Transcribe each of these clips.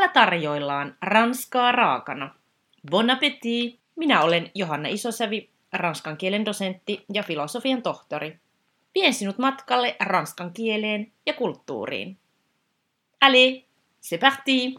tarjoillaan ranskaa raakana. Bon appétit! Minä olen Johanna Isosävi, ranskan kielen dosentti ja filosofian tohtori. Vien sinut matkalle ranskan kieleen ja kulttuuriin. Allez, c'est parti!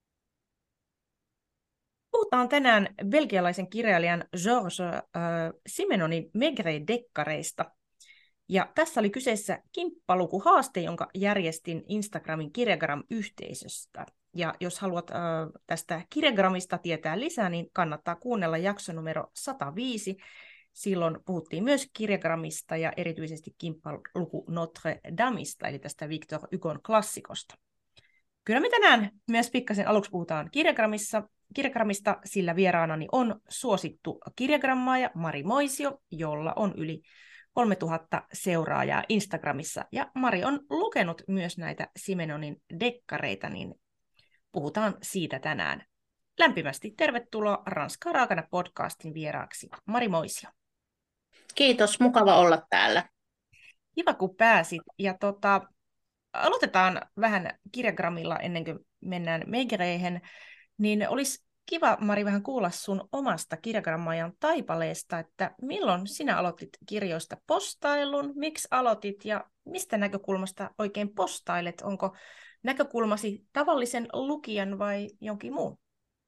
Puhutaan tänään belgialaisen kirjailijan Georges Simenonin Maigret-dekkareista. Ja tässä oli kyseessä kimppalukuhaaste, jonka järjestin Instagramin Kirjagram-yhteisöstä. Ja jos haluat tästä Kirjagramista tietää lisää, niin kannattaa kuunnella jakso numero 105. Silloin puhuttiin myös Kirjagramista ja erityisesti kimppaluku Notre Dameista, eli tästä Victor Hugon klassikosta. Kyllä me tänään myös pikkasen aluksi puhutaan Kirjagramista, sillä vieraanani on suosittu kirjagrammaaja Mari Moisio, jolla on yli 3000 seuraajaa Instagramissa. Ja Mari on lukenut myös näitä Simenonin dekkareita, niin puhutaan siitä tänään. Lämpimästi tervetuloa Ranskaa raakana podcastin vieraaksi, Mari Moisio. Kiitos, mukava olla täällä. Kiva, kun pääsit. Ja aloitetaan vähän kirjagramilla ennen kuin mennään Maigreen. Niin olisi kiva, Mari, vähän kuulla sun omasta kirjagrammaajan taipaleesta, että milloin sinä aloitit kirjoista postailun, miksi aloitit ja mistä näkökulmasta oikein postailet? Onko näkökulmasi tavallisen lukijan vai jonkin muun?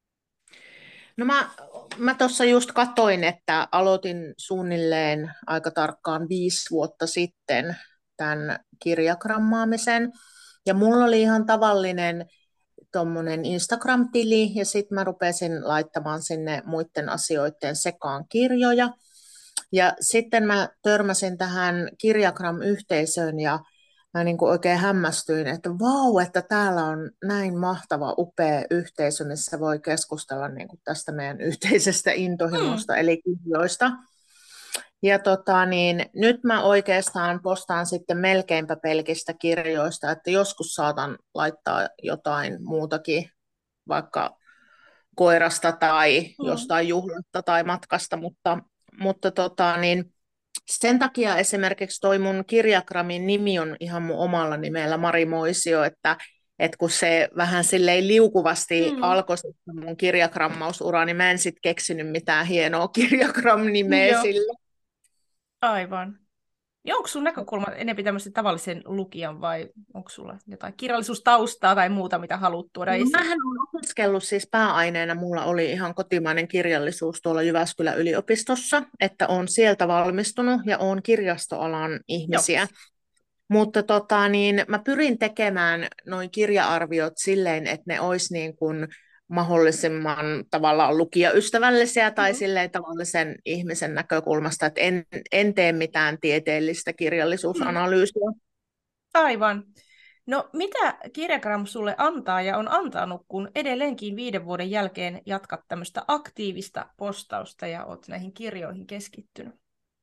No mä tuossa just katsoin, että aloitin suunnilleen aika tarkkaan 5 vuotta sitten tämän kirjagrammaamisen. Ja mulla oli ihan tavallinen tuommoinen Instagram-tili, ja sitten mä rupesin laittamaan sinne muiden asioiden sekaan kirjoja. Ja sitten mä törmäsin tähän Kirjagram-yhteisöön, ja mä niin kuin oikein hämmästyin, että vau, että täällä on näin mahtava, upea yhteisö, missä voi keskustella niin kuin tästä meidän yhteisestä intohimosta, eli kirjoista. Ja nyt mä oikeastaan postaan sitten melkeinpä pelkistä kirjoista, että joskus saatan laittaa jotain muutakin, vaikka koirasta tai jostain juhlasta tai matkasta, mutta sen takia esimerkiksi toi mun Kirjagramin nimi on ihan mun omalla nimellä Mari Moisio, että kun se vähän silleen liukuvasti alkoi mun kirjagrammausura, niin mä en sit keksinyt mitään hienoa Kirjagram-nimeä sille. Aivan. Ja onko sun näkökulma enemmän tämmöisen tavallisen lukijan vai onko sulla jotain kirjallisuustaustaa tai muuta, mitä haluat tuoda esiin? Mähän olen opiskellut siis pääaineena, mulla oli ihan kotimainen kirjallisuus tuolla Jyväskylän yliopistossa, että olen sieltä valmistunut ja olen kirjastoalan ihmisiä. Joo. Mutta mä pyrin tekemään noin kirja-arviot silleen, että ne olisi niin kuin mahdollisimman tavallaan lukijaystävällisiä tai silleen tavallisen ihmisen näkökulmasta, että en tee mitään tieteellistä kirjallisuusanalyysiä. Aivan. No mitä Kirjagram sulle antaa ja on antanut, kun edelleenkin 5 vuoden jälkeen jatkat tämmöistä aktiivista postausta ja olet näihin kirjoihin keskittynyt?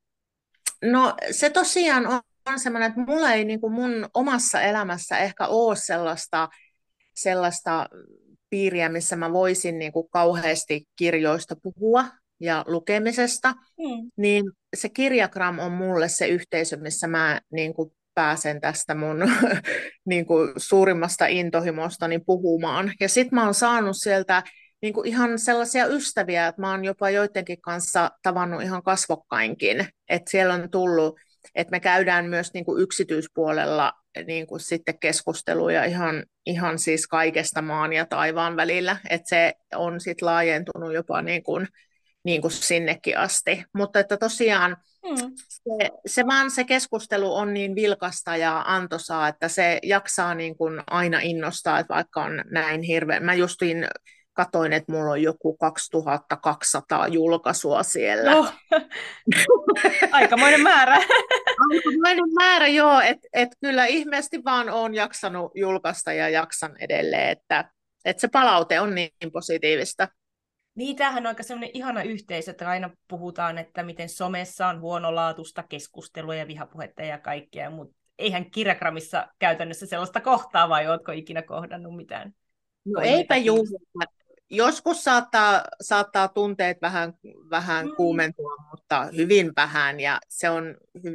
No se tosiaan on semmoinen, että mulla ei niin kuin mun omassa elämässä ehkä ole sellaista piiriä, missä mä voisin niin kuin kauheasti kirjoista puhua ja lukemisesta, niin se Kirjagram on mulle se yhteisö, missä mä niin kuin pääsen tästä mun niin kuin suurimmasta intohimostani puhumaan. Ja sit mä oon saanut sieltä niin kuin ihan sellaisia ystäviä, että mä oon jopa joidenkin kanssa tavannut ihan kasvokkainkin, että siellä on tullut, että me käydään myös niin kuin yksityispuolella niin kuin sitten keskusteluja ihan siis kaikesta maan ja taivaan välillä, että se on sitten laajentunut jopa niin kuin sinnekin asti. Mutta että tosiaan se keskustelu on niin vilkasta ja antoisaa, että se jaksaa niin kuin aina innostaa, että vaikka on näin hirveän. Mä justiin katoin, että mulla on joku 2200 julkaisua siellä. No. Aikamoinen määrä. Aikamoinen määrä, joo. Että kyllä ihmeesti vaan olen jaksanut julkaista ja jaksan edelleen, että se palaute on niin positiivista. Niin, tämähän on aika sellainen ihana yhteisö, että aina puhutaan, että miten somessa on huonolaatuista keskustelua ja vihapuhetta ja kaikkea, mutta eihän Kirjagramissa käytännössä sellaista kohtaa, vai oletko ikinä kohdannut mitään? No eipä juuri. Joskus saattaa tunteet vähän kuumentua, mutta hyvin vähän, ja se on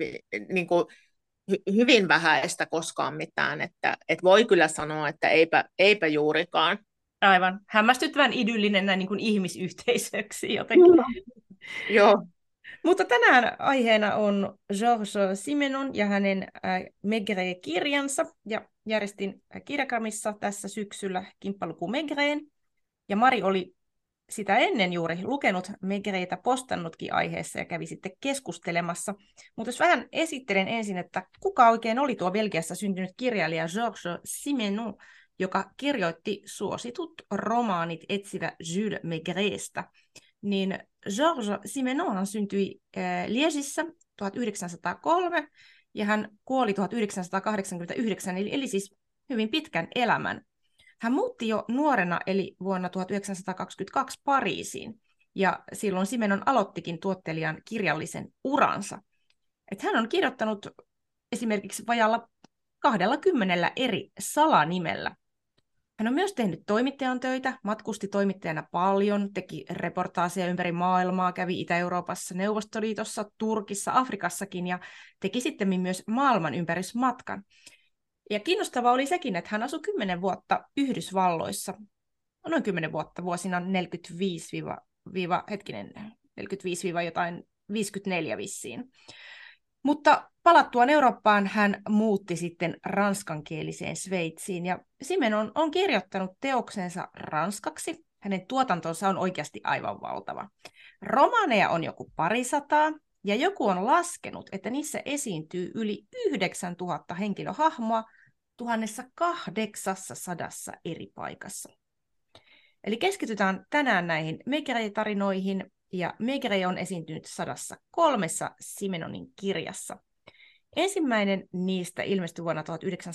hyvin vähäistä koskaan mitään, että voi kyllä sanoa, että eipä juurikaan. Aivan. Hämmästyttävän idyllinen näin niin kuin ihmisyhteisöksi jotenkin. Kyllä. Joo. Mutta tänään aiheena on Georges Simenon ja hänen Maigret-kirjansa. Ja järjestin Kirjakramissa tässä syksyllä kimppaluku Maigreen. Ja Mari oli sitä ennen juuri lukenut Maigretä, postannutkin aiheessa ja kävi sitten keskustelemassa. Mutta jos vähän esittelen ensin, että kuka oikein oli tuo Belgiassa syntynyt kirjailija Georges Simenon, joka kirjoitti suositut romaanit etsivä Jules Maigrestä. Niin Georges Simenon syntyi Liègissä 1903 ja hän kuoli 1989, eli siis hyvin pitkän elämän. Hän muutti jo nuorena, eli vuonna 1922 Pariisiin, ja silloin Simenon aloittikin tuottelijan kirjallisen uransa. Hän on kirjoittanut esimerkiksi vajalla 20 eri salanimellä. Hän on myös tehnyt toimittajan töitä, matkusti toimittajana paljon, teki reportaaseja ympäri maailmaa, kävi Itä-Euroopassa, Neuvostoliitossa, Turkissa, Afrikassakin ja teki sitten myös maailmanympärysmatkan. Ja kiinnostavaa oli sekin, että hän asui 10 vuotta Yhdysvalloissa, noin 10 vuotta vuosina 45-54 vissiin. Mutta palattuaan Eurooppaan hän muutti sitten ranskankieliseen Sveitsiin, ja Simenon on kirjoittanut teoksensa ranskaksi. Hänen tuotantonsa on oikeasti aivan valtava. Romaaneja on joku 200, ja joku on laskenut, että niissä esiintyy yli 9000 henkilöhahmoa 1800 eri paikassa. Eli keskitytään tänään näihin Maigret-tarinoihin, ja Maigret on esiintynyt 103 Simenonin kirjassa. Ensimmäinen niistä ilmestyi vuonna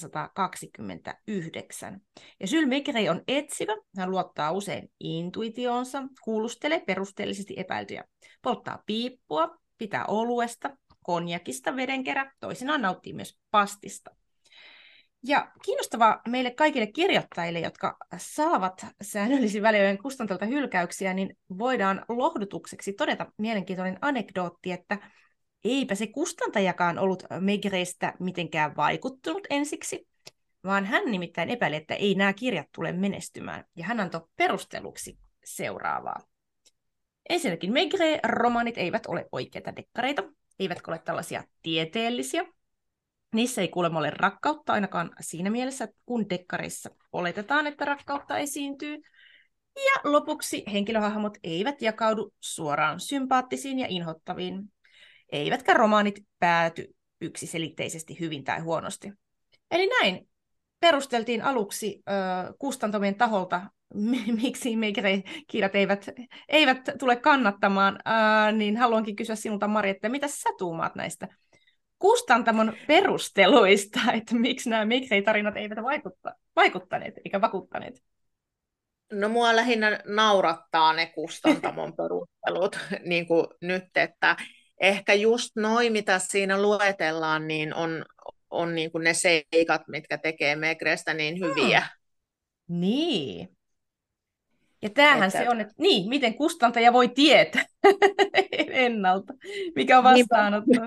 1929. Ja Jules Maigret on etsivä, hän luottaa usein intuitioonsa, kuulustelee perusteellisesti epäiltyjä, polttaa piippua, pitää oluesta, konjakista vedenkerä, toisinaan nauttii myös pastista. Ja kiinnostavaa meille kaikille kirjoittajille, jotka saavat säännöllisin väliajoin kustantajalta hylkäyksiä, niin voidaan lohdutukseksi todeta mielenkiintoinen anekdootti, että eipä se kustantajakaan ollut Maigrestä mitenkään vaikuttunut ensiksi, vaan hän nimittäin epäili, että ei nämä kirjat tule menestymään, ja hän antoi perusteluksi seuraavaa. Ensinnäkin Maigret-romaanit eivät ole oikeita dekkareita, eivätkä ole tällaisia tieteellisiä. Niissä ei kuulemma ole rakkautta ainakaan siinä mielessä, että kun dekkareissa oletetaan, että rakkautta esiintyy. Ja lopuksi henkilöhahmot eivät jakaudu suoraan sympaattisiin ja inhottaviin, eivätkä romaanit pääty yksiselitteisesti hyvin tai huonosti. Eli näin perusteltiin aluksi kustantamien taholta, miksi Maigret-kirjat eivät tule kannattamaan, niin haluankin kysyä sinulta, Mari, että mitä sä tuumaat näistä kustantamon perusteluista, että miksi nämä Maigret-tarinat eivät vaikuttaneet eikä vakuuttaneet? No mua lähinnä naurattaa ne kustantamon perustelut niin kuin nyt, että ehkä just noi, mitä siinä luetellaan, niin on niin kuin ne seikat, mitkä tekee Maigrestä niin hyviä. Niin. Ja tämähän se on, että niin, miten kustantaja voi tietää ennalta, mikä on vastaanotto.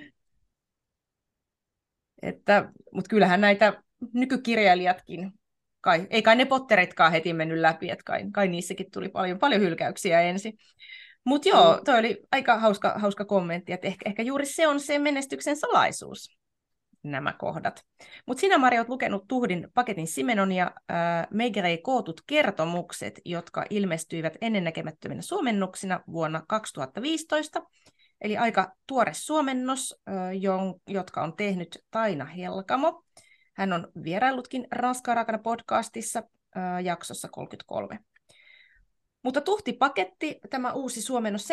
Mutta kyllähän näitä nykykirjailijatkin, ei kai ne potteritkaan heti mennyt läpi, että kai niissäkin tuli paljon hylkäyksiä ensin. Mutta joo, toi oli aika hauska kommentti, että ehkä juuri se on se menestyksen salaisuus, nämä kohdat. Mutta sinä, Mari, olet lukenut Tuhdin paketin Simenon ja Maigret kootut kertomukset, jotka ilmestyivät ennennäkemättöminä suomennoksina vuonna 2015. Eli aika tuore suomennos, jotka on tehnyt Taina Helkamo. Hän on vieraillutkin Ranskaa raakana podcastissa jaksossa 33. Mutta Tuhti-paketti, tämä uusi suomennos,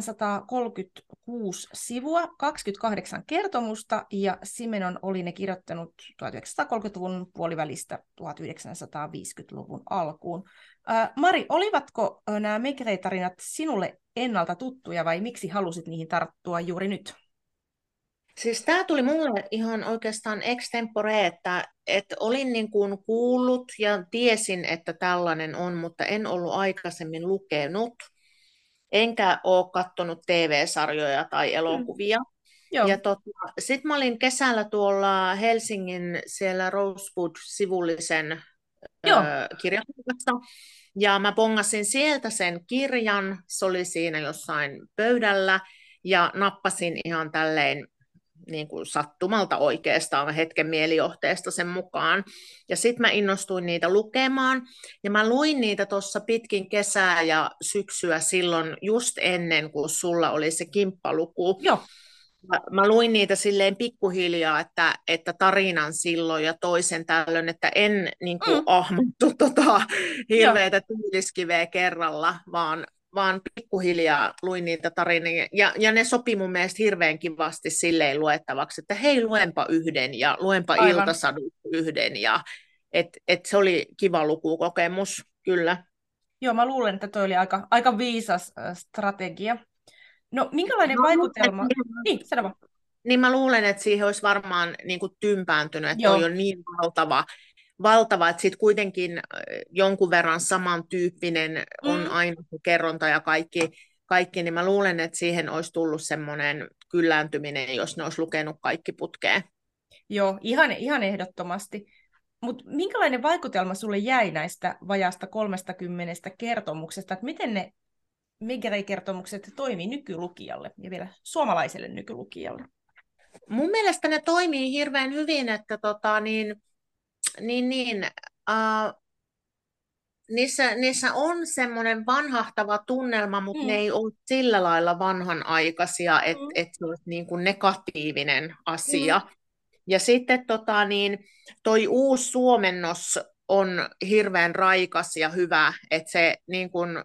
736 sivua, 28 kertomusta, ja Simenon oli ne kirjoittanut 1930-luvun puolivälistä 1950-luvun alkuun. Mari, olivatko nämä Maigret-tarinat sinulle ennalta tuttuja, vai miksi halusit niihin tarttua juuri nyt? Siis tämä tuli mulle ihan oikeastaan extempore, että olin niin kuin kuullut ja tiesin, että tällainen on, mutta en ollut aikaisemmin lukenut. Enkä ole katsonut TV-sarjoja tai elokuvia. Ja sitten mä olin kesällä tuolla Helsingin siellä Rosewood-sivullisen Joo. kirjakaupasta. Ja mä bongasin sieltä sen kirjan, se oli siinä jossain pöydällä, ja nappasin ihan tälleen niin kuin sattumalta oikeastaan hetken mielijohteesta sen mukaan. Ja sitten mä innostuin niitä lukemaan, ja mä luin niitä tuossa pitkin kesää ja syksyä silloin just ennen kuin sulla oli se kimppaluku. Joo. Mä luin niitä silleen pikkuhiljaa, että tarinan silloin ja toisen tällöin, että en niin kuin Mm. ahmottu Joo. hirveätä tyyliskiveä kerralla, vaan pikkuhiljaa luin niitä tarinoja. Ja ne sopi mun mielestä hirveän kivasti silleen luettavaksi, että hei, luenpa yhden ja luenpa Aivan. iltasadut yhden. Ja, et se oli kiva lukukokemus, kyllä. Joo, mä luulen, että toi oli aika viisas strategia. No, minkälainen vaikutelma... Niin, sano vaan. Niin mä luulen, että siihen olisi varmaan niin kuin tympääntynyt, että toi Joo. on niin valtava, että sitten kuitenkin jonkun verran samantyyppinen on Mm. aina se kerronta ja kaikki, niin mä luulen, että siihen olisi tullut semmoinen kyllääntyminen, jos ne olisi lukenut kaikki putkeen. Joo, ihan ehdottomasti. Mutta minkälainen vaikutelma sulle jäi näistä vajaasta 30 kertomuksesta, että miten ne Megre-kertomukset toimii nykylukijalle ja vielä suomalaiselle nykylukijalle? Mun mielestä ne toimii hirveän hyvin, että äh, niissä on semmoinen vanhahtava tunnelma, mutta ne Mm. ei ole sillä lailla vanhanaikaisia, että Mm. se olisi niin kuin negatiivinen Mm. asia. Ja sitten toi uusi suomennos on hirveän raikas ja hyvä, että se niin kuin,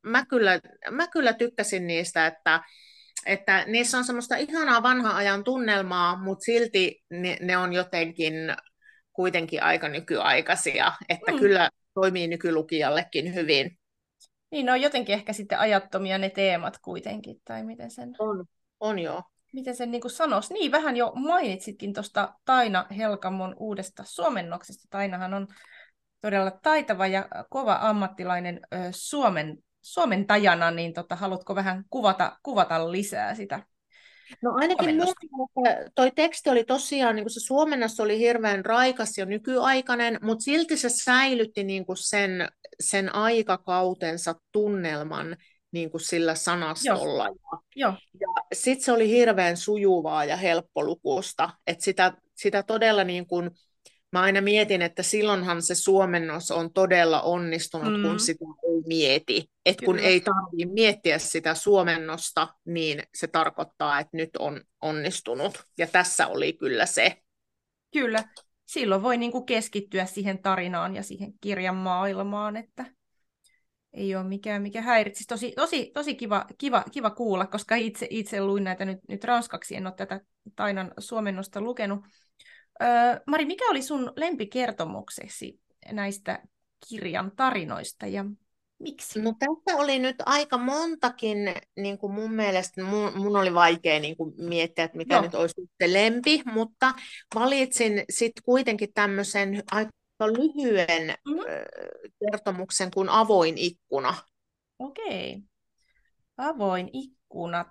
mä kyllä tykkäsin niistä, että niissä on semmoista ihanaa vanhan ajan tunnelmaa, mutta silti ne on jotenkin kuitenkin aika nykyaikaisia, että Mm. kyllä toimii nykylukijallekin hyvin. Niin, ne on jotenkin ehkä sitten ajattomia ne teemat kuitenkin, tai On joo. miten sen niin kuin sanoisi. Niin, vähän jo mainitsitkin tuosta Taina Helkamon uudesta suomennoksesta. Tainahan on todella taitava ja kova ammattilainen suomentajana, niin haluatko vähän kuvata lisää sitä No ainakin mun suomennosta? mielestä toi teksti oli tosiaan, niin kuin se suomennos oli hirveän raikas ja nykyaikainen, mutta silti se säilytti niin kuin sen aikakautensa tunnelman niin kuin sillä Joo, sanastolla. joo. Ja sitten se oli hirveän sujuvaa ja helppolukusta, että sitä todella niin kuin, mä aina mietin, että silloinhan se suomennos on todella onnistunut, kun Mm, sitä ei mieti. Että kun kyllä, ei tarvitse miettiä sitä suomennosta, niin se tarkoittaa, että nyt on onnistunut. Ja tässä oli kyllä se. kyllä. Silloin voi niin kuin keskittyä siihen tarinaan ja siihen kirjan maailmaan, että ei ole mikään, mikä häiritsisi. Tosi kiva kuulla, koska itse luin näitä nyt ranskaksi, en ole tätä Tainan suomennosta lukenut. Mari, mikä oli sun lempikertomuksesi näistä kirjan tarinoista ja miksi? No tässä oli nyt aika montakin, niin kuin mun mielestä, mun oli vaikea niin kuin miettiä, että mikä Joo, nyt olisi se lempi, mutta valitsin sitten kuitenkin tämmöisen aika lyhyen mm-hmm. kertomuksen kuin Avoin ikkuna. Okei. Avoin ikkuna.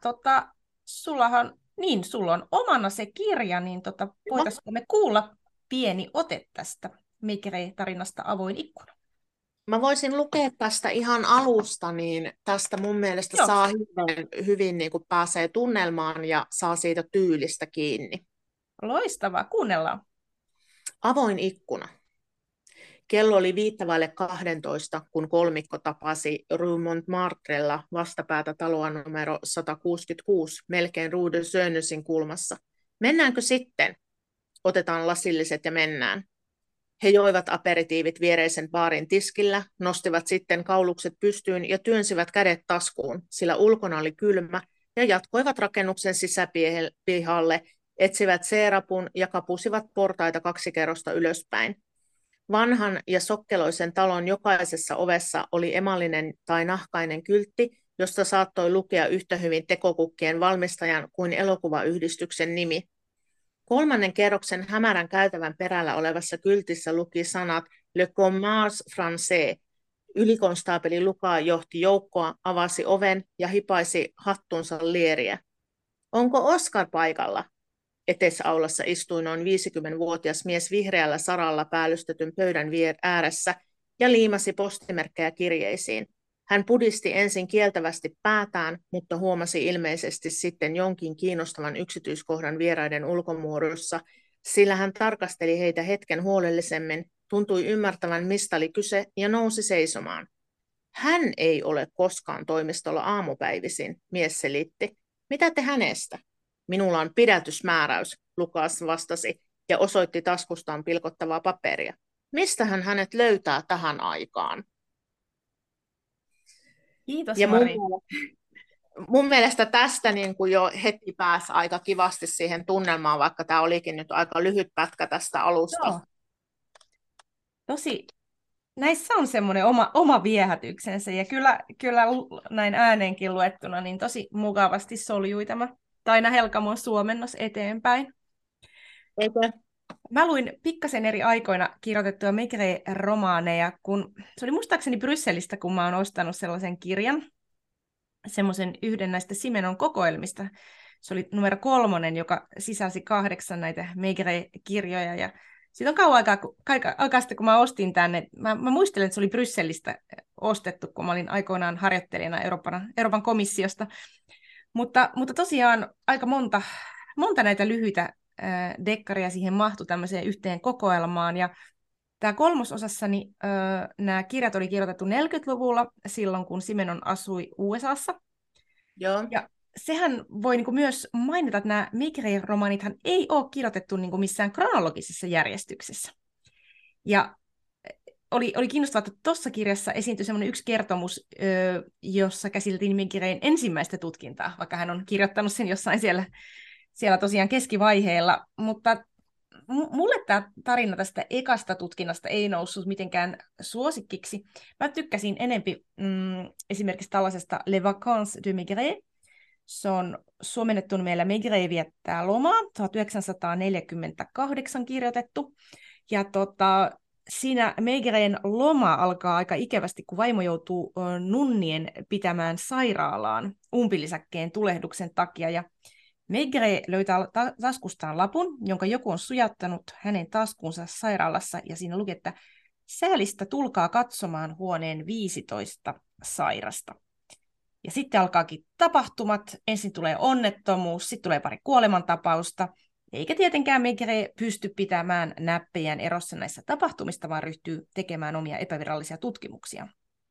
Sulla on omana se kirja, niin No, voitaisiinko me kuulla pieni ote tästä Meikere-tarinasta Avoin ikkuna? mä voisin lukea tästä ihan alusta, niin tästä mun mielestä Joo, saa hirveän hyvin niin kuin pääsee tunnelmaan ja saa siitä tyylistä kiinni. loistavaa. Kuunnellaan. Avoin ikkuna. Kello oli 12, kun kolmikko tapasi Rue Montmartrella vastapäätä taloa numero 166, melkein Rue de Sönnysin kulmassa. Mennäänkö sitten? Otetaan lasilliset ja mennään. He joivat aperitiivit viereisen baarin tiskillä, nostivat sitten kaulukset pystyyn ja työnsivät kädet taskuun, sillä ulkona oli kylmä, ja jatkoivat rakennuksen sisäpihalle, etsivät seerapun ja kapusivat portaita 2 kerrosta ylöspäin. Vanhan ja sokkeloisen talon jokaisessa ovessa oli emallinen tai nahkainen kyltti, josta saattoi lukea yhtä hyvin tekokukkien valmistajan kuin elokuvayhdistyksen nimi. 3. kerroksen hämärän käytävän perällä olevassa kyltissä luki sanat Le Commerce Français. Ylikonstaapeli Luka johti joukkoa, avasi oven ja hipaisi hattunsa lieriä. Onko Oscar paikalla? etesaulassa istui noin 50-vuotias mies vihreällä saralla päällystetyn pöydän ääressä ja liimasi postimerkkejä kirjeisiin. Hän pudisti ensin kieltävästi päätään, mutta huomasi ilmeisesti sitten jonkin kiinnostavan yksityiskohdan vieraiden ulkomuodossa, sillä hän tarkasteli heitä hetken huolellisemmin, tuntui ymmärtävän, mistä oli kyse, ja nousi seisomaan. Hän ei ole koskaan toimistolla aamupäivisin, mies selitti. Mitä te hänestä? Minulla on pidätysmääräys, Lukas vastasi ja osoitti taskustaan pilkottavaa paperia. Mistä hän hänet löytää tähän aikaan? Kiitos, Ja Mari. mun mielestä tästä niin kuin jo heti pääsi aika kivasti siihen tunnelmaan, vaikka tämä olikin nyt aika lyhyt pätkä tästä alusta. Joo. Tosi, näissä on semmoinen oma viehätyksensä, ja kyllä näin ääneenkin luettuna, niin tosi mukavasti soljui tämä Taina Helkamon suomennos eteenpäin. Eikö? Mä luin pikkasen eri aikoina kirjoitettuja Maigret-romaaneja, kun se oli muistaakseni Brysselistä, kun mä oon ostanut sellaisen kirjan, semmoisen yhden näistä Simenon kokoelmista. Se oli numero 3, joka sisälsi 8 näitä Maigret-kirjoja, ja siitä on kauan aikaa sitten, kun mä ostin tänne. Mä muistelen, että se oli Brysselistä ostettu, kun mä olin aikoinaan harjoittelijana Euroopan komissiosta. Mutta tosiaan aika monta näitä lyhyitä dekkaria siihen mahtui tämmöiseen yhteen kokoelmaan. Ja tämä 3. osassani nämä kirjat oli kirjoitettu 40-luvulla, silloin kun Simenon asui USAssa. Joo. Ja sehän voi niinku myös mainita, että nämä Maigret-romaanithan ei ole kirjoitettu niinku missään kronologisessa järjestyksessä. Ja oli kiinnostavaa, että tuossa kirjassa esiintyi semmoinen yksi kertomus, jossa käsiteltiin Maigretin ensimmäistä tutkintaa, vaikka hän on kirjoittanut sen jossain siellä tosiaan keskivaiheella. Mutta mulle tämä tarina tästä ekasta tutkinnasta ei noussut mitenkään suosikkiksi. Mä tykkäsin enempi esimerkiksi tällaisesta Les Vacances de Maigret. Se on suomennettu meillä Maigret viettää lomaa, 1948 kirjoitettu. Ja siinä Maigretin loma alkaa aika ikävästi, kun vaimo joutuu nunnien pitämään sairaalaan umpilisäkkeen tulehduksen takia. Ja Maigret löytää taskustaan lapun, jonka joku on sujauttanut hänen taskuunsa sairaalassa, ja siinä luki, että säälistä tulkaa katsomaan huoneen 15 sairasta. Ja sitten alkaakin tapahtumat, ensin tulee onnettomuus, sitten tulee pari kuolemantapausta, eikä tietenkään Maigret pysty pitämään näppejään erossa näissä tapahtumista, vaan ryhtyy tekemään omia epävirallisia tutkimuksia.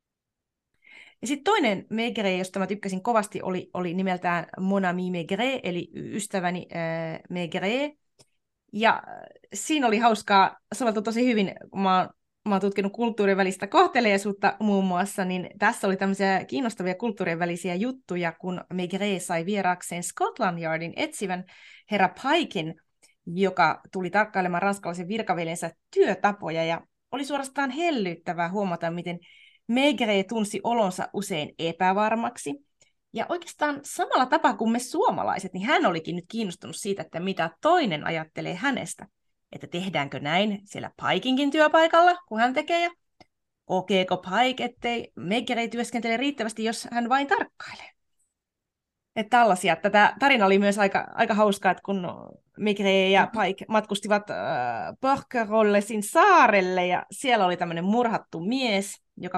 Ja sitten toinen Maigret, josta mä tykkäsin kovasti, oli nimeltään Mon ami Maigret, eli ystäväni Maigret. Ja siinä oli hauskaa, soveltu tosi hyvin, kun mä oon tutkinut kulttuurien välistä kohteliaisuutta muun muassa, niin tässä oli tämmöisiä kiinnostavia kulttuurien välisiä juttuja, kun Maigret sai vieraakseen Scotland Yardin etsivän herra Paikin, joka tuli tarkkailemaan ranskalaisen virkaveljensä työtapoja, ja oli suorastaan hellyttävää huomata, miten Maigret tunsi olonsa usein epävarmaksi. Ja oikeastaan samalla tapaa kuin me suomalaiset, niin hän olikin nyt kiinnostunut siitä, että mitä toinen ajattelee hänestä. Että tehdäänkö näin siellä Paikinkin työpaikalla, kun hän tekee, ja kokeeko Pike, ettei Maigret työskentele riittävästi, jos hän vain tarkkailee. Että tällaisia. Tätä tarina oli myös aika hauskaa, että kun Maigret ja Pike matkustivat Porquerollesin saarelle, ja siellä oli tämmöinen murhattu mies, joka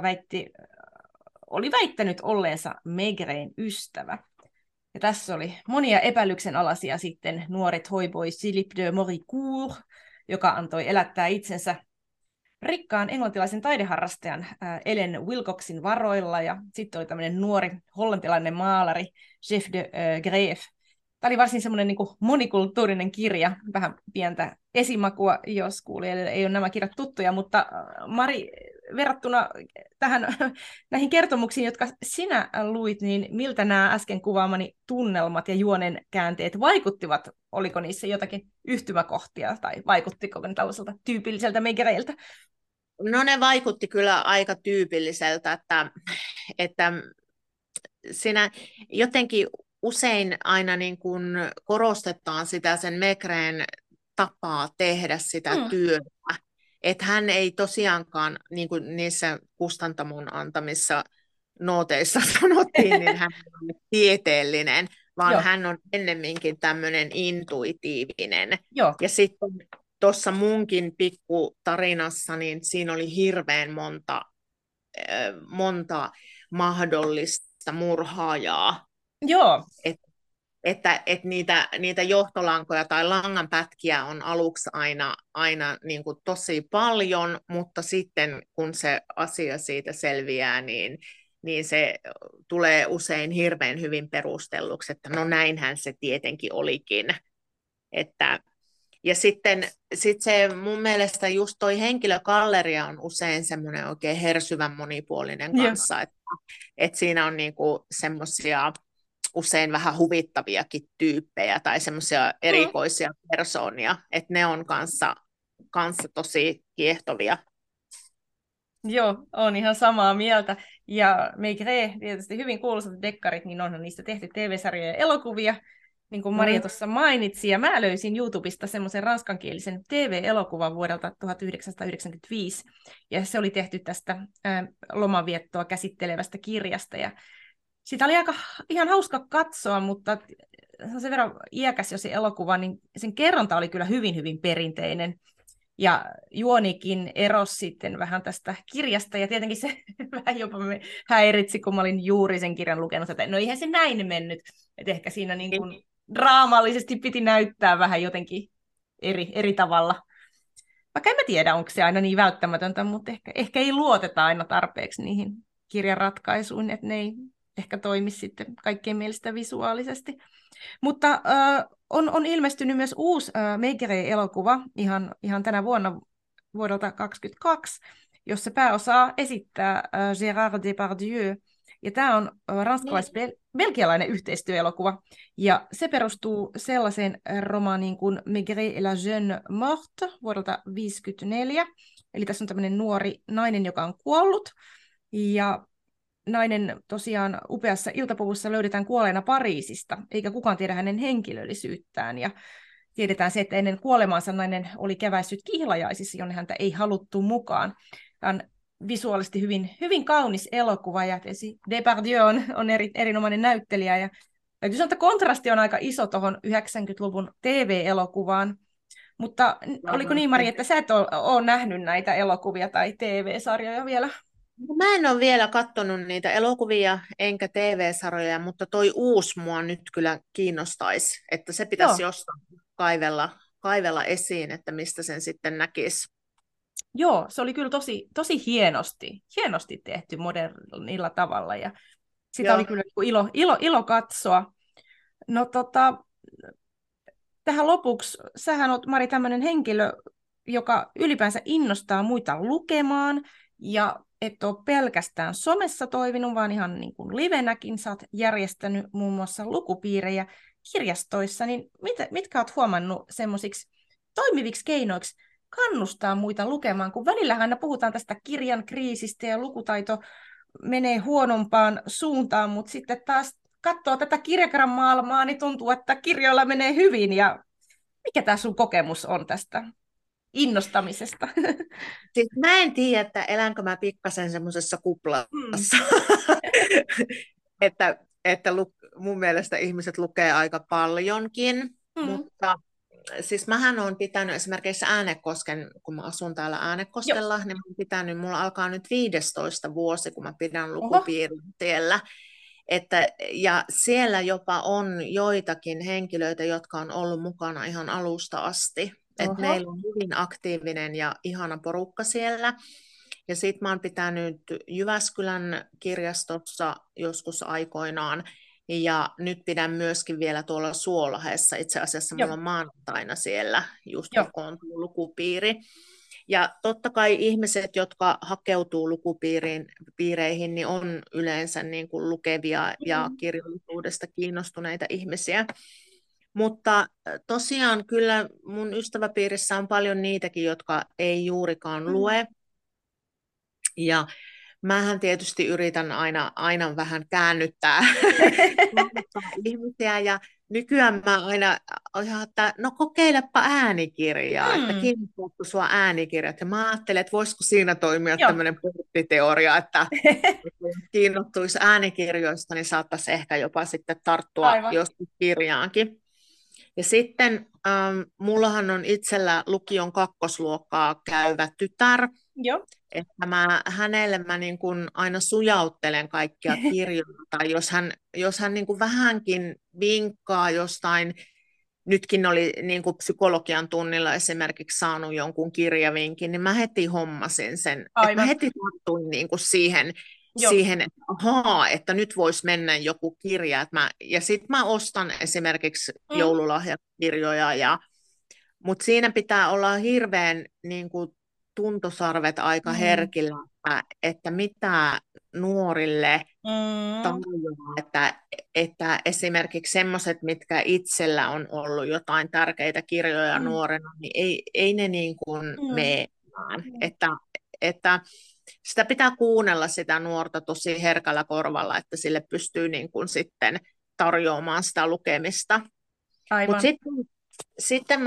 oli väittänyt olleensa Maigretin ystävä. Ja tässä oli monia epäilyksen alaisia sitten nuoret hoiboi Philippe de Moricourt, joka antoi elättää itsensä rikkaan englantilaisen taideharrastajan Ellen Wilcoxin varoilla, ja sitten oli tämmöinen nuori hollantilainen maalari Jeff de Greef. Tämä oli varsin semmoinen niin kuin monikulttuurinen kirja, vähän pientä esimakua, jos kuulijoille ei ole nämä kirjat tuttuja, mutta Mari, verrattuna näihin kertomuksiin, jotka sinä luit, niin miltä nämä äsken kuvaamani tunnelmat ja juonen käänteet vaikuttivat? Oliko niissä jotakin yhtymäkohtia tai vaikuttiko ne tällaiselta tyypilliseltä Maigretiltä? No ne vaikutti kyllä aika tyypilliseltä, että siinä jotenkin usein aina niin kuin korostetaan sitä sen Maigretin tapaa tehdä sitä työtä. Että hän ei tosiaankaan, niin kuin niissä kustantamon antamissa nooteissa sanottiin, niin hän on tieteellinen, vaan Joo, hän on ennemminkin tämmöinen intuitiivinen. joo, Ja sitten tuossa munkin pikkutarinassa, niin siinä oli hirveän monta mahdollista murhaajaa. joo, Että niitä johtolankoja tai langanpätkiä on aluksi aina niin kuin tosi paljon, mutta sitten kun se asia siitä selviää, niin se tulee usein hirveän hyvin perustelluksi, että no näinhän se tietenkin olikin. Että, ja sitten se mun mielestä just toi henkilögalleria on usein semmoinen oikein hersyvän monipuolinen joo. kanssa, että siinä on niinku semmoisia usein vähän huvittaviakin tyyppejä tai semmoisia Mm. erikoisia persoonia, että ne on kanssa tosi kiehtovia. Joo, on ihan samaa mieltä. Ja Maigret, tietysti hyvin kuuluisat dekkarit, niin onhan niistä tehty TV-sarjoja ja elokuvia, niin kuin Maria Mm. tuossa mainitsi. Ja mä löysin YouTubesta semmoisen ranskankielisen TV-elokuvan vuodelta 1995. Ja se oli tehty tästä lomaviettoa käsittelevästä kirjasta. Ja sitä oli ihan hauska katsoa, mutta se on sen verran iäkäs jo se elokuva, niin sen kerronta oli kyllä hyvin, hyvin perinteinen. Ja juonikin erosi sitten vähän tästä kirjasta, ja tietenkin se vähän jopa me häiritsi, kun mä olin juuri sen kirjan lukenut, että no eihän se näin mennyt. Että ehkä siinä niin kuin draamallisesti piti näyttää vähän jotenkin eri tavalla. Vaikka en mä tiedä, onko se aina niin välttämätöntä, mutta ehkä ei luoteta aina tarpeeksi niihin kirjan ratkaisuihin, että ne ei ehkä toimi sitten kaikkien mielestä visuaalisesti. Mutta on ilmestynyt myös uusi Maigret-elokuva ihan tänä vuonna vuodelta 2022, jossa pääosaa esittää Gérard Depardieu. Ja tämä on ranskalais-belgialainen yhteistyöelokuva. Ja se perustuu sellaiseen romaaniin kuin Maigret et la jeune morte vuodelta 1954. Eli tässä on tämmöinen nuori nainen, joka on kuollut. Ja nainen tosiaan upeassa iltapuvussa löydetään kuolleena Pariisista, eikä kukaan tiedä hänen henkilöllisyyttään. Ja tiedetään se, että ennen kuolemaansa nainen oli käväissyt kihlajaisissa, jonne häntä ei haluttu mukaan. Tämä on visuaalisesti hyvin, hyvin kaunis elokuva, ja Depardieu on erinomainen näyttelijä. Ja täytyy sanoa, että kontrasti on aika iso tuohon 90-luvun TV-elokuvaan. Mutta oliko niin, Mari, että sä et ole nähnyt näitä elokuvia tai TV-sarjoja vielä? Mä en ole vielä katsonut niitä elokuvia enkä TV-sarjoja, mutta toi uusi mua nyt kyllä kiinnostaisi, että se pitäisi Joo. jostain kaivella esiin, että mistä sen sitten näkisi. Joo, se oli kyllä tosi hienosti tehty modernilla tavalla, ja sitä Joo. oli kyllä ilo katsoa. No tähän lopuksi, sähän oot, Mari, tämmöinen henkilö, joka ylipäänsä innostaa muita lukemaan, ja et ole pelkästään somessa toiminut, vaan ihan niin kuin livenäkin. Sä oot järjestänyt muun muassa lukupiirejä kirjastoissa, niin mitkä oot huomannut semmoisiksi toimiviksi keinoiksi kannustaa muita lukemaan, kun välillähän aina puhutaan tästä kirjan kriisistä ja lukutaito menee huonompaan suuntaan, mutta sitten taas katsoo tätä kirjakramaailmaa, niin tuntuu, että kirjoilla menee hyvin. Ja mikä tämä sun kokemus on tästä innostamisesta? Siis mä en tiedä, että elänkö mä pikkasen semmoisessa Hmm. kuplassa, että mun mielestä ihmiset lukee aika paljonkin, Hmm. mutta siis mähän olen pitänyt esimerkiksi Äänekosken, kun mä asun täällä Joo. Äänekoskella, niin mä oon pitänyt, mulla alkaa nyt 15 vuosi, kun mä pidän Oho. lukupiirin siellä. Ja siellä jopa on joitakin henkilöitä, jotka on ollut mukana ihan alusta asti. Että Oho. meillä on hyvin aktiivinen ja ihana porukka siellä. Ja sitten mä oon pitänyt Jyväskylän kirjastossa joskus aikoinaan. Ja nyt pidän myöskin vielä tuolla Suolahdessa. Itse asiassa Joo. mulla on maanantaina siellä just Joo. kokoontuu lukupiiri. Ja totta kai ihmiset, jotka hakeutuu lukupiireihin, niin on yleensä niin kuin lukevia ja kirjallisuudesta kiinnostuneita ihmisiä. Mutta tosiaan kyllä mun ystäväpiirissä on paljon niitäkin, jotka ei juurikaan lue. Ja mähän tietysti yritän aina vähän käännyttää ihmisiä. nykyään mä aina ihan, että no kokeilepa äänikirjaa, että Mm, kiinnostaako sua äänikirjat. Ja mä ajattelin, että voisiko siinä toimia joo. tämmöinen porttiteoria, että jos kiinnostuisi äänikirjoista, niin saattaisi ehkä jopa sitten tarttua Aivan. joskus kirjaankin. Ja sitten mullahan on itsellä lukion kakkosluokkaa käyvä tytär, Joo. että hänelle mä niin kuin aina sujauttelen kaikkia kirjoja, tai jos hän niin kuin vähänkin vinkkaa jostain, nytkin oli niin kuin psykologian tunnilla esimerkiksi saanut jonkun kirjavinkin, niin mä heti hommasin sen, että mä Aivan. heti tartuin niin kuin Joo. siihen, että ahaa, että nyt voisi mennä joku kirja, ja sitten mä ostan esimerkiksi Mm, joululahjakirjoja, mutta siinä pitää olla hirveän niin kuin, tuntosarvet aika mm, herkillä, että mitä nuorille mm, tarjoaa, että esimerkiksi semmoiset, mitkä itsellä on ollut jotain tärkeitä kirjoja mm, nuorena, niin ei ne niin kuin mm, mene, vaan. mm. Että sitä pitää kuunnella sitä nuorta tosi herkällä korvalla, että sille pystyy niin kuin sitten tarjoamaan sitä lukemista. Mutta Aivan. sitten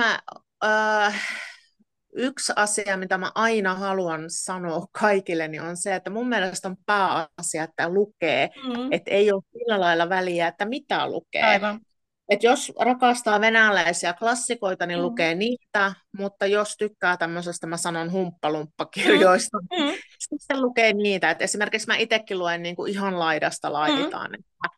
äh, yksi asia, mitä mä aina haluan sanoa kaikille, niin on se, että mun mielestä on pääasia, että lukee, Mm, että ei ole sillä lailla väliä, että mitä lukee. aivan. Et jos rakastaa venäläisiä klassikoita, niin Mm, lukee niitä, mutta jos tykkää tämmöisestä, mä sanon mm, humppalumppakirjoista, niin mm, sitten lukee niitä. Et esimerkiksi mä itsekin luen niin kuin ihan laidasta mm, laitaan.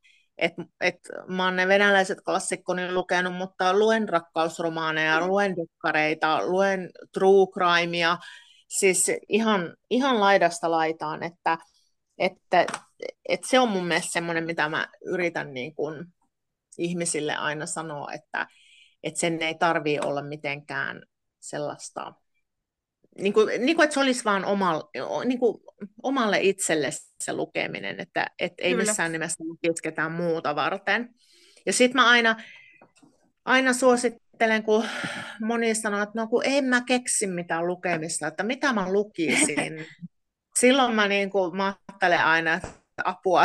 Et mä oon ne venäläiset klassikkoni lukenut, mutta luen rakkausromaaneja, mm. luen dekkareita, luen true crimea, siis ihan laidasta laitaan, että, että se on mun mielestä semmoinen, mitä mä yritän niin kuin ihmisille aina sanoa, että sen ei tarvii olla mitenkään sellaista, että se olisi vaan omalle itselle se lukeminen, että ei Kyllä. missään nimessä lukisi ketään muuta varten. Ja sitten mä aina suosittelen, kun moni sanoo, että no kun en mä keksi mitään lukemista, että mitä mä lukisin. Silloin mä ajattelen aina, että apua,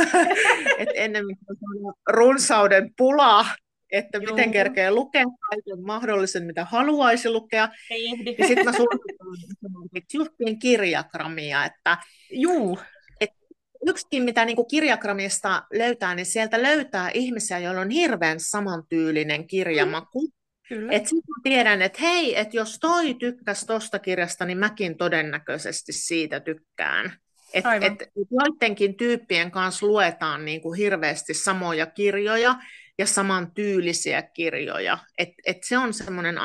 että ennemmin on runsauden pula, että miten Juu. kerkee lukea kaiken mahdollisen, mitä haluaisi lukea. Ei ehdi. Ja sitten mä suosittelen esimerkiksi justiin kirjakramia, Juu. että yksikin, mitä niin kuin kirjakramista löytää, niin sieltä löytää ihmisiä, joilla on hirveän samantyylinen Mm, kirjamaku. kyllä. Että sitten tiedän, että hei, että jos toi tykkäsi tosta kirjasta, niin mäkin todennäköisesti siitä tykkään. Aivan. Joidenkin tyyppien kanssa luetaan niin kuin hirveästi samoja kirjoja ja samantyylisiä kirjoja. Se on semmoinen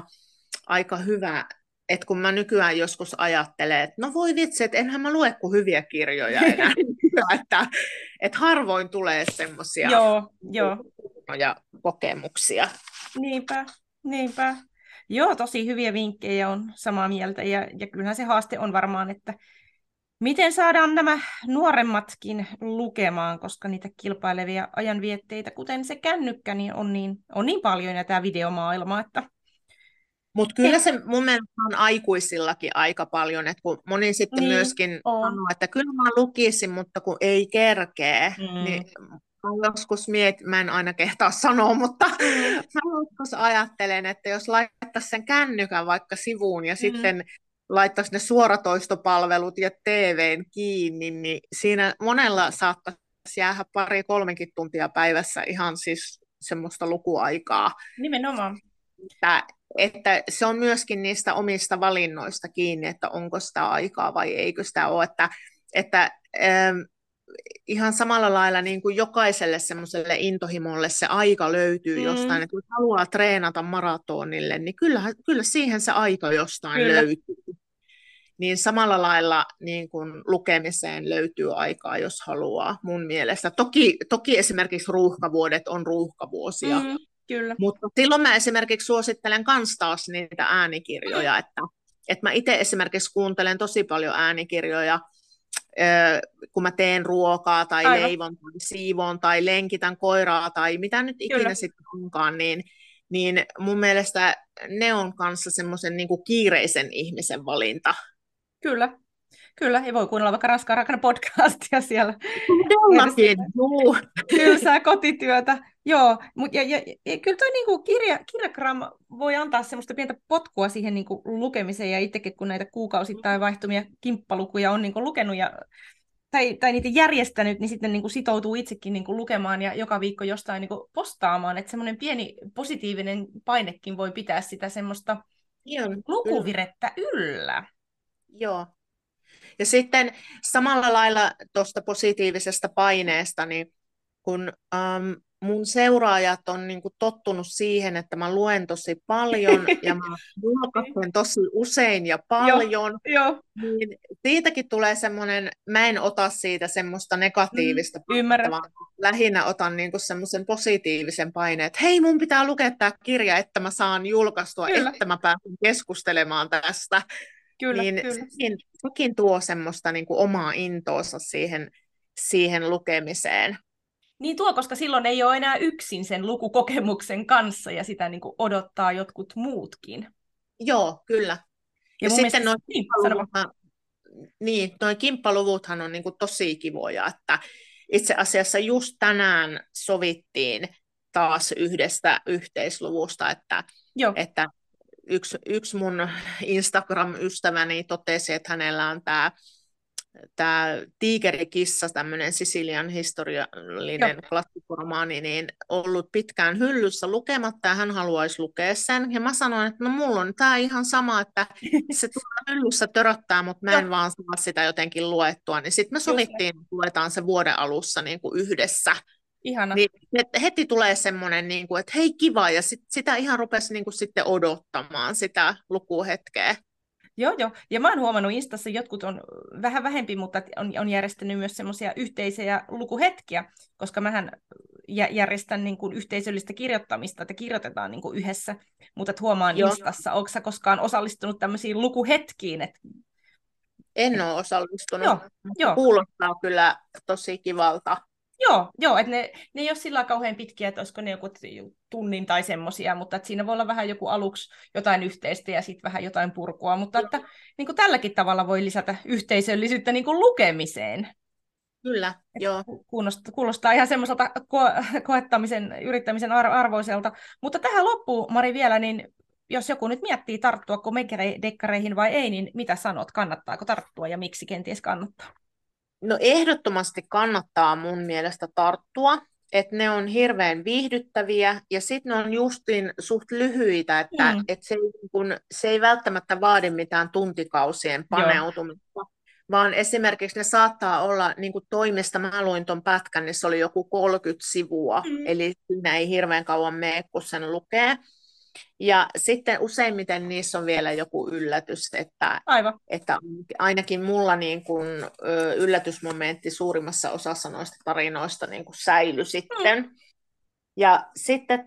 aika hyvä, että kun mä nykyään joskus ajattelen, että no voi vitsi, että enhän mä lue kuin hyviä kirjoja enää, että harvoin tulee semmoisia Joo, joo. kokemuksia. Niinpä, niinpä. Joo, tosi hyviä vinkkejä on samaa mieltä ja kyllähän se haaste on varmaan, että miten saadaan nämä nuoremmatkin lukemaan, koska niitä kilpailevia ajanvietteitä, kuten se kännykkä, niin on niin paljon ja tämä videomaailma, että Mutta kyllä se mun mielestä on aikuisillakin aika paljon, että kun moni sitten niin myöskin on. sanoo, että kyllä mä lukisin, mutta kun ei kerkee, niin Mm, mä joskus mä en aina kehtaa sanoa, mutta mm, mä joskus ajattelen, että jos laittaisi sen kännykän vaikka sivuun ja mm, sitten laittaisi ne suoratoistopalvelut ja TVn kiinni, niin siinä monella saattaisi jäädä 2-3 tuntia päivässä ihan siis semmoista lukuaikaa, nimenomaan. että, että se on myöskin niistä omista valinnoista kiinni, että onko sitä aikaa vai eikö sitä ole, että ihan samalla lailla niin kuin jokaiselle semmoiselle intohimolle se aika löytyy Mm, jostain, että jos haluaa treenata maratonille, niin kyllä siihen se aika jostain kyllä, löytyy. Niin samalla lailla niin kuin lukemiseen löytyy aikaa, jos haluaa mun mielestä. Toki esimerkiksi ruuhkavuodet on ruuhkavuosia, mm, kyllä. mutta silloin mä esimerkiksi suosittelen kans taas niitä Mm, äänikirjoja, että mä itse esimerkiksi kuuntelen tosi paljon äänikirjoja, kun mä teen ruokaa tai aivan, leivon tai siivoon tai lenkitän koiraa tai mitä nyt kyllä, ikinä sitten onkaan, niin mun mielestä ne on kanssa semmoisen niin kuin kiireisen ihmisen valinta. kyllä. Kyllä, ja voi kuunnella vaikka Raskaan rakana podcastia siellä. Todellakin, juu. Tylsää kotityötä. Joo, ja kyllä toi niinku kirjagram voi antaa semmoista pientä potkua siihen niinku lukemiseen, ja itsekin kun näitä kuukausittain vaihtumia kimppalukuja on niinku lukenut tai niitä järjestänyt, niin sitten niinku sitoutuu itsekin niinku lukemaan ja joka viikko jostain niinku postaamaan, että semmoinen pieni positiivinen painekin voi pitää sitä semmoista Joo, kyllä. lukuvirettä yllä. Joo. Ja sitten samalla lailla tuosta positiivisesta paineesta, niin kun mun seuraajat on niin kuin tottunut siihen, että mä luen tosi paljon ja mä julkaisen tosi usein ja Joo, paljon, joo. niin siitäkin tulee semmoinen, mä en ota siitä semmoista negatiivista painetta, Ymmärrän. vaan lähinnä otan niin kuin semmoisen positiivisen paineen, että hei, mun pitää lukea tämä kirja, että mä saan julkaistua, Kyllä, että mä pääsen keskustelemaan tästä. kyllä, Niin kyllä. sekin tuo semmoista niin kuin omaa intoonsa siihen lukemiseen. Niin tuo, koska silloin ei ole enää yksin sen lukukokemuksen kanssa ja sitä niin kuin odottaa jotkut muutkin. Joo, kyllä. Ja Ja mun sitten mielestä, nuo niin, sano vaan. kimppaluvuthan on niin kuin tosi kivoja, että itse asiassa just tänään sovittiin taas yhdestä yhteisluvusta, Joo, että yksi mun Instagram-ystäväni totesi, että hänellä on tämä Tiikerikissa, tämmöinen Sisilian joo. historiallinen klassikkoromaani, niin ollut pitkään hyllyssä lukematta ja hän haluaisi lukea sen. Ja mä sanoin, että no mulla on tämä ihan sama, että se tulee hyllyssä töröttää, mutta mä Joo, en vaan saa sitä jotenkin luettua. Niin sitten me just näin. sovittiin, että luetaan se vuoden alussa niin kuin yhdessä. Ihana. Niin heti tulee semmoinen, niin kuin, että hei kiva, ja sitä ihan rupesi niin kuin sitten odottamaan sitä lukuhetkeä. Joo, joo. Ja mä oon huomannut Instassa, jotkut on vähän vähempi, mutta on järjestänyt myös semmoisia yhteisöjä lukuhetkiä, koska mähän järjestän niin kuin yhteisöllistä kirjoittamista, että kirjoitetaan niin kuin yhdessä. Mutta et huomaan Joo. Instassa, onko sä koskaan osallistunut tämmöisiin lukuhetkiin? En ole osallistunut, Joo, mutta joo. kuulostaa kyllä tosi kivalta. Joo, että ne ei ole sillä kauhean pitkiä, että olisiko ne joku tunnin tai semmoisia, mutta että siinä voi olla vähän joku aluksi jotain yhteistä ja sitten vähän jotain purkua, mutta että niin kuin tälläkin tavalla voi lisätä yhteisöllisyyttä niin kuin lukemiseen. Kyllä, joo. Kuulostaa ihan semmoiselta koettamisen, yrittämisen arvoiselta. Mutta tähän loppuun, Mari, vielä, niin jos joku nyt miettii tarttuako Megre-dekkareihin vai ei, niin mitä sanot? Kannattaako tarttua ja miksi kenties kannattaa? No ehdottomasti kannattaa mun mielestä tarttua, että ne on hirveän viihdyttäviä ja sitten ne on justiin suht lyhyitä, että se ei välttämättä vaadi mitään tuntikausien Joo. paneutumista, vaan esimerkiksi ne saattaa olla, niin kuin toimesta mä luin ton pätkän, niin se oli joku 30 sivua, eli siinä ei hirveän kauan mene, kun sen lukee. Ja sitten useimmiten niissä on vielä joku yllätys, Aivan. että ainakin mulla niin kun, yllätysmomentti suurimmassa osassa noista tarinoista niin kun säilyi sitten. Ja sitten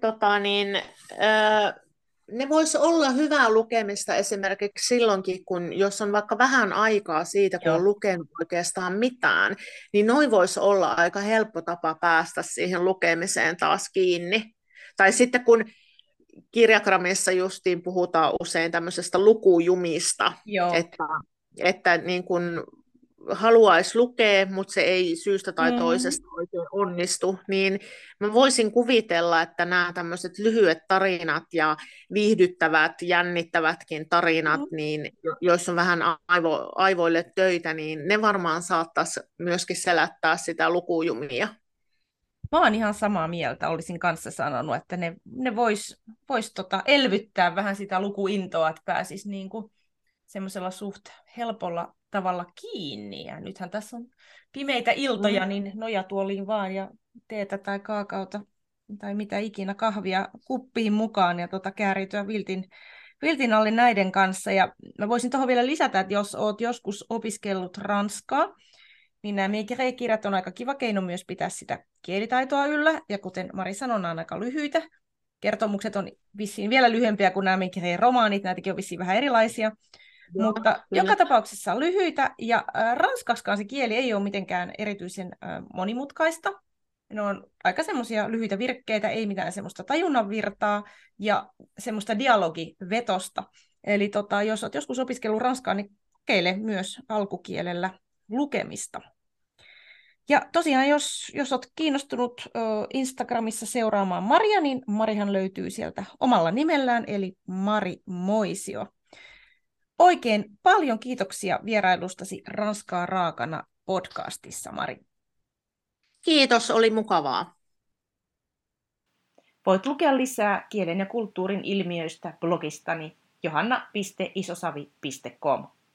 ne voisi olla hyvää lukemista esimerkiksi silloinkin, jos on vaikka vähän aikaa siitä, kun Joo. on lukenut oikeastaan mitään, niin noin voisi olla aika helppo tapa päästä siihen lukemiseen taas kiinni. Tai sitten kun kirjakramissa justiin puhutaan usein tämmöisestä lukujumista, Joo. että niin kun haluaisi lukea, mutta se ei syystä tai toisesta oikein onnistu, niin mä voisin kuvitella, että nämä tämmöiset lyhyet tarinat ja viihdyttävät, jännittävätkin tarinat, niin joissa on vähän aivoille töitä, niin ne varmaan saattaisi myöskin selättää sitä lukujumia. Mä oon ihan samaa mieltä, olisin kanssa sanonut, että ne vois elvyttää vähän sitä lukuintoa, että pääsis niinku semmoisella suht helpolla tavalla kiinni. Ja nythän tässä on pimeitä iltoja, niin nojatuoliin vaan ja teetä tai kaakaota tai mitä ikinä, kahvia kuppiin mukaan ja kääriytyä viltin alle näiden kanssa. Ja mä voisin tuohon vielä lisätä, että jos oot joskus opiskellut ranskaa, niin nämä Maigret-kirjat on aika kiva keino myös pitää sitä kielitaitoa yllä, ja kuten Mari sanoi, nämä on aika lyhyitä. Kertomukset on vissiin vielä lyhyempiä kuin nämä Maigret-romaanit, näitäkin on vissiin vähän erilaisia, mutta joka tapauksessa on lyhyitä, ja ranskaksikaan se kieli ei ole mitenkään erityisen monimutkaista. Ne on aika semmoisia lyhyitä virkkeitä, ei mitään semmoista tajunnan virtaa, ja semmoista dialogivetosta. Eli jos olet joskus opiskellut ranskaa, niin kokeile myös alkukielellä lukemista. Ja tosiaan, jos olet kiinnostunut Instagramissa seuraamaan Maria, niin Marihan löytyy sieltä omalla nimellään, eli Mari Moisio. Oikein paljon kiitoksia vierailustasi Ranskaa raakana podcastissa, Mari. Kiitos, oli mukavaa. Voit lukea lisää kielen ja kulttuurin ilmiöistä blogistani johanna.isosavi.com.